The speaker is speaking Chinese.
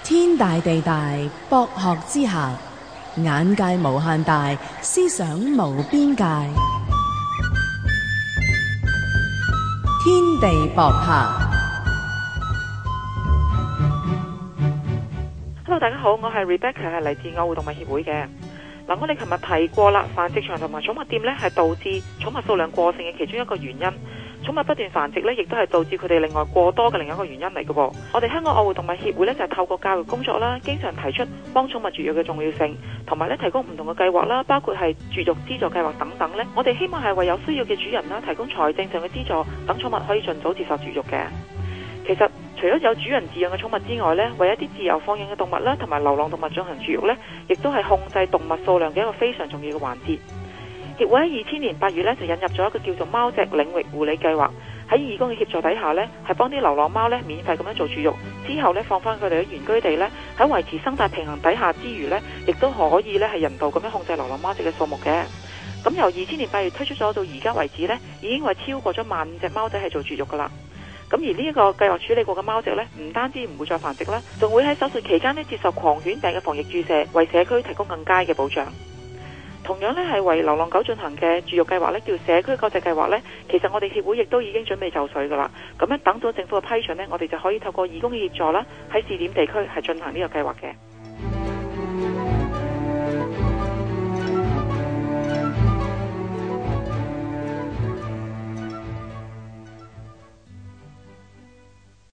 天大地大，博學之下，眼界無限大，思想無邊界。天地博客。 Hello， 大家好，我係 Rebecca， 係嚟自愛護動物協會嘅。嗱，我哋琴日提過啦，繁殖場同埋寵物店呢係導致寵物數量過剩嘅其中一個原因。寵物不斷繁殖呢，亦都係導致佢哋另外過多嘅另一個原因嚟嘅噃。我哋香港愛護動物協會呢，就係透過教育工作啦，經常提出幫寵物絕育嘅重要性，同埋呢提供唔同嘅計劃啦，包括係絕育資助計劃等等呢。我哋希望係為有需要嘅主人啦，提供財政上嘅資助，等寵物可以盡早接受絕育嘅。其實除咗有主人飼養嘅寵物之外呢，為一啲自由放養嘅動物啦，同埋流浪動物進行絕育呢，亦都係控制動物數量嘅一個非常重要嘅環節。協會喺2000年8月呢，就引入咗一個叫做貓隻領域護理計劃，喺義工嘅協助底下呢，係幫啲流浪貓呢免費咁樣做絕育，之後呢，放翻佢哋嘅原居地呢，喺維持生態平衡底下之餘呢，亦都可以呢係人道咁樣控制流浪貓隻嘅數目嘅。咁由2000年8月推出咗到而家為止呢，已經為超過咗15000隻貓仔係做絕育噶啦。咁而呢一個計劃處理過嘅貓隻呢，唔單止唔會再繁殖啦，仲會喺手術期間呢接受狂犬病嘅防疫注射，為社區提供更佳嘅保障。同樣呢係為流浪狗進行嘅絕育計劃呢，叫社區狗隻計劃呢，其實我哋協會亦都已經準備就緒噶啦。咁等到政府嘅批准呢，我哋就可以透過義工嘅協助啦，喺試點地區係進行呢個計劃嘅。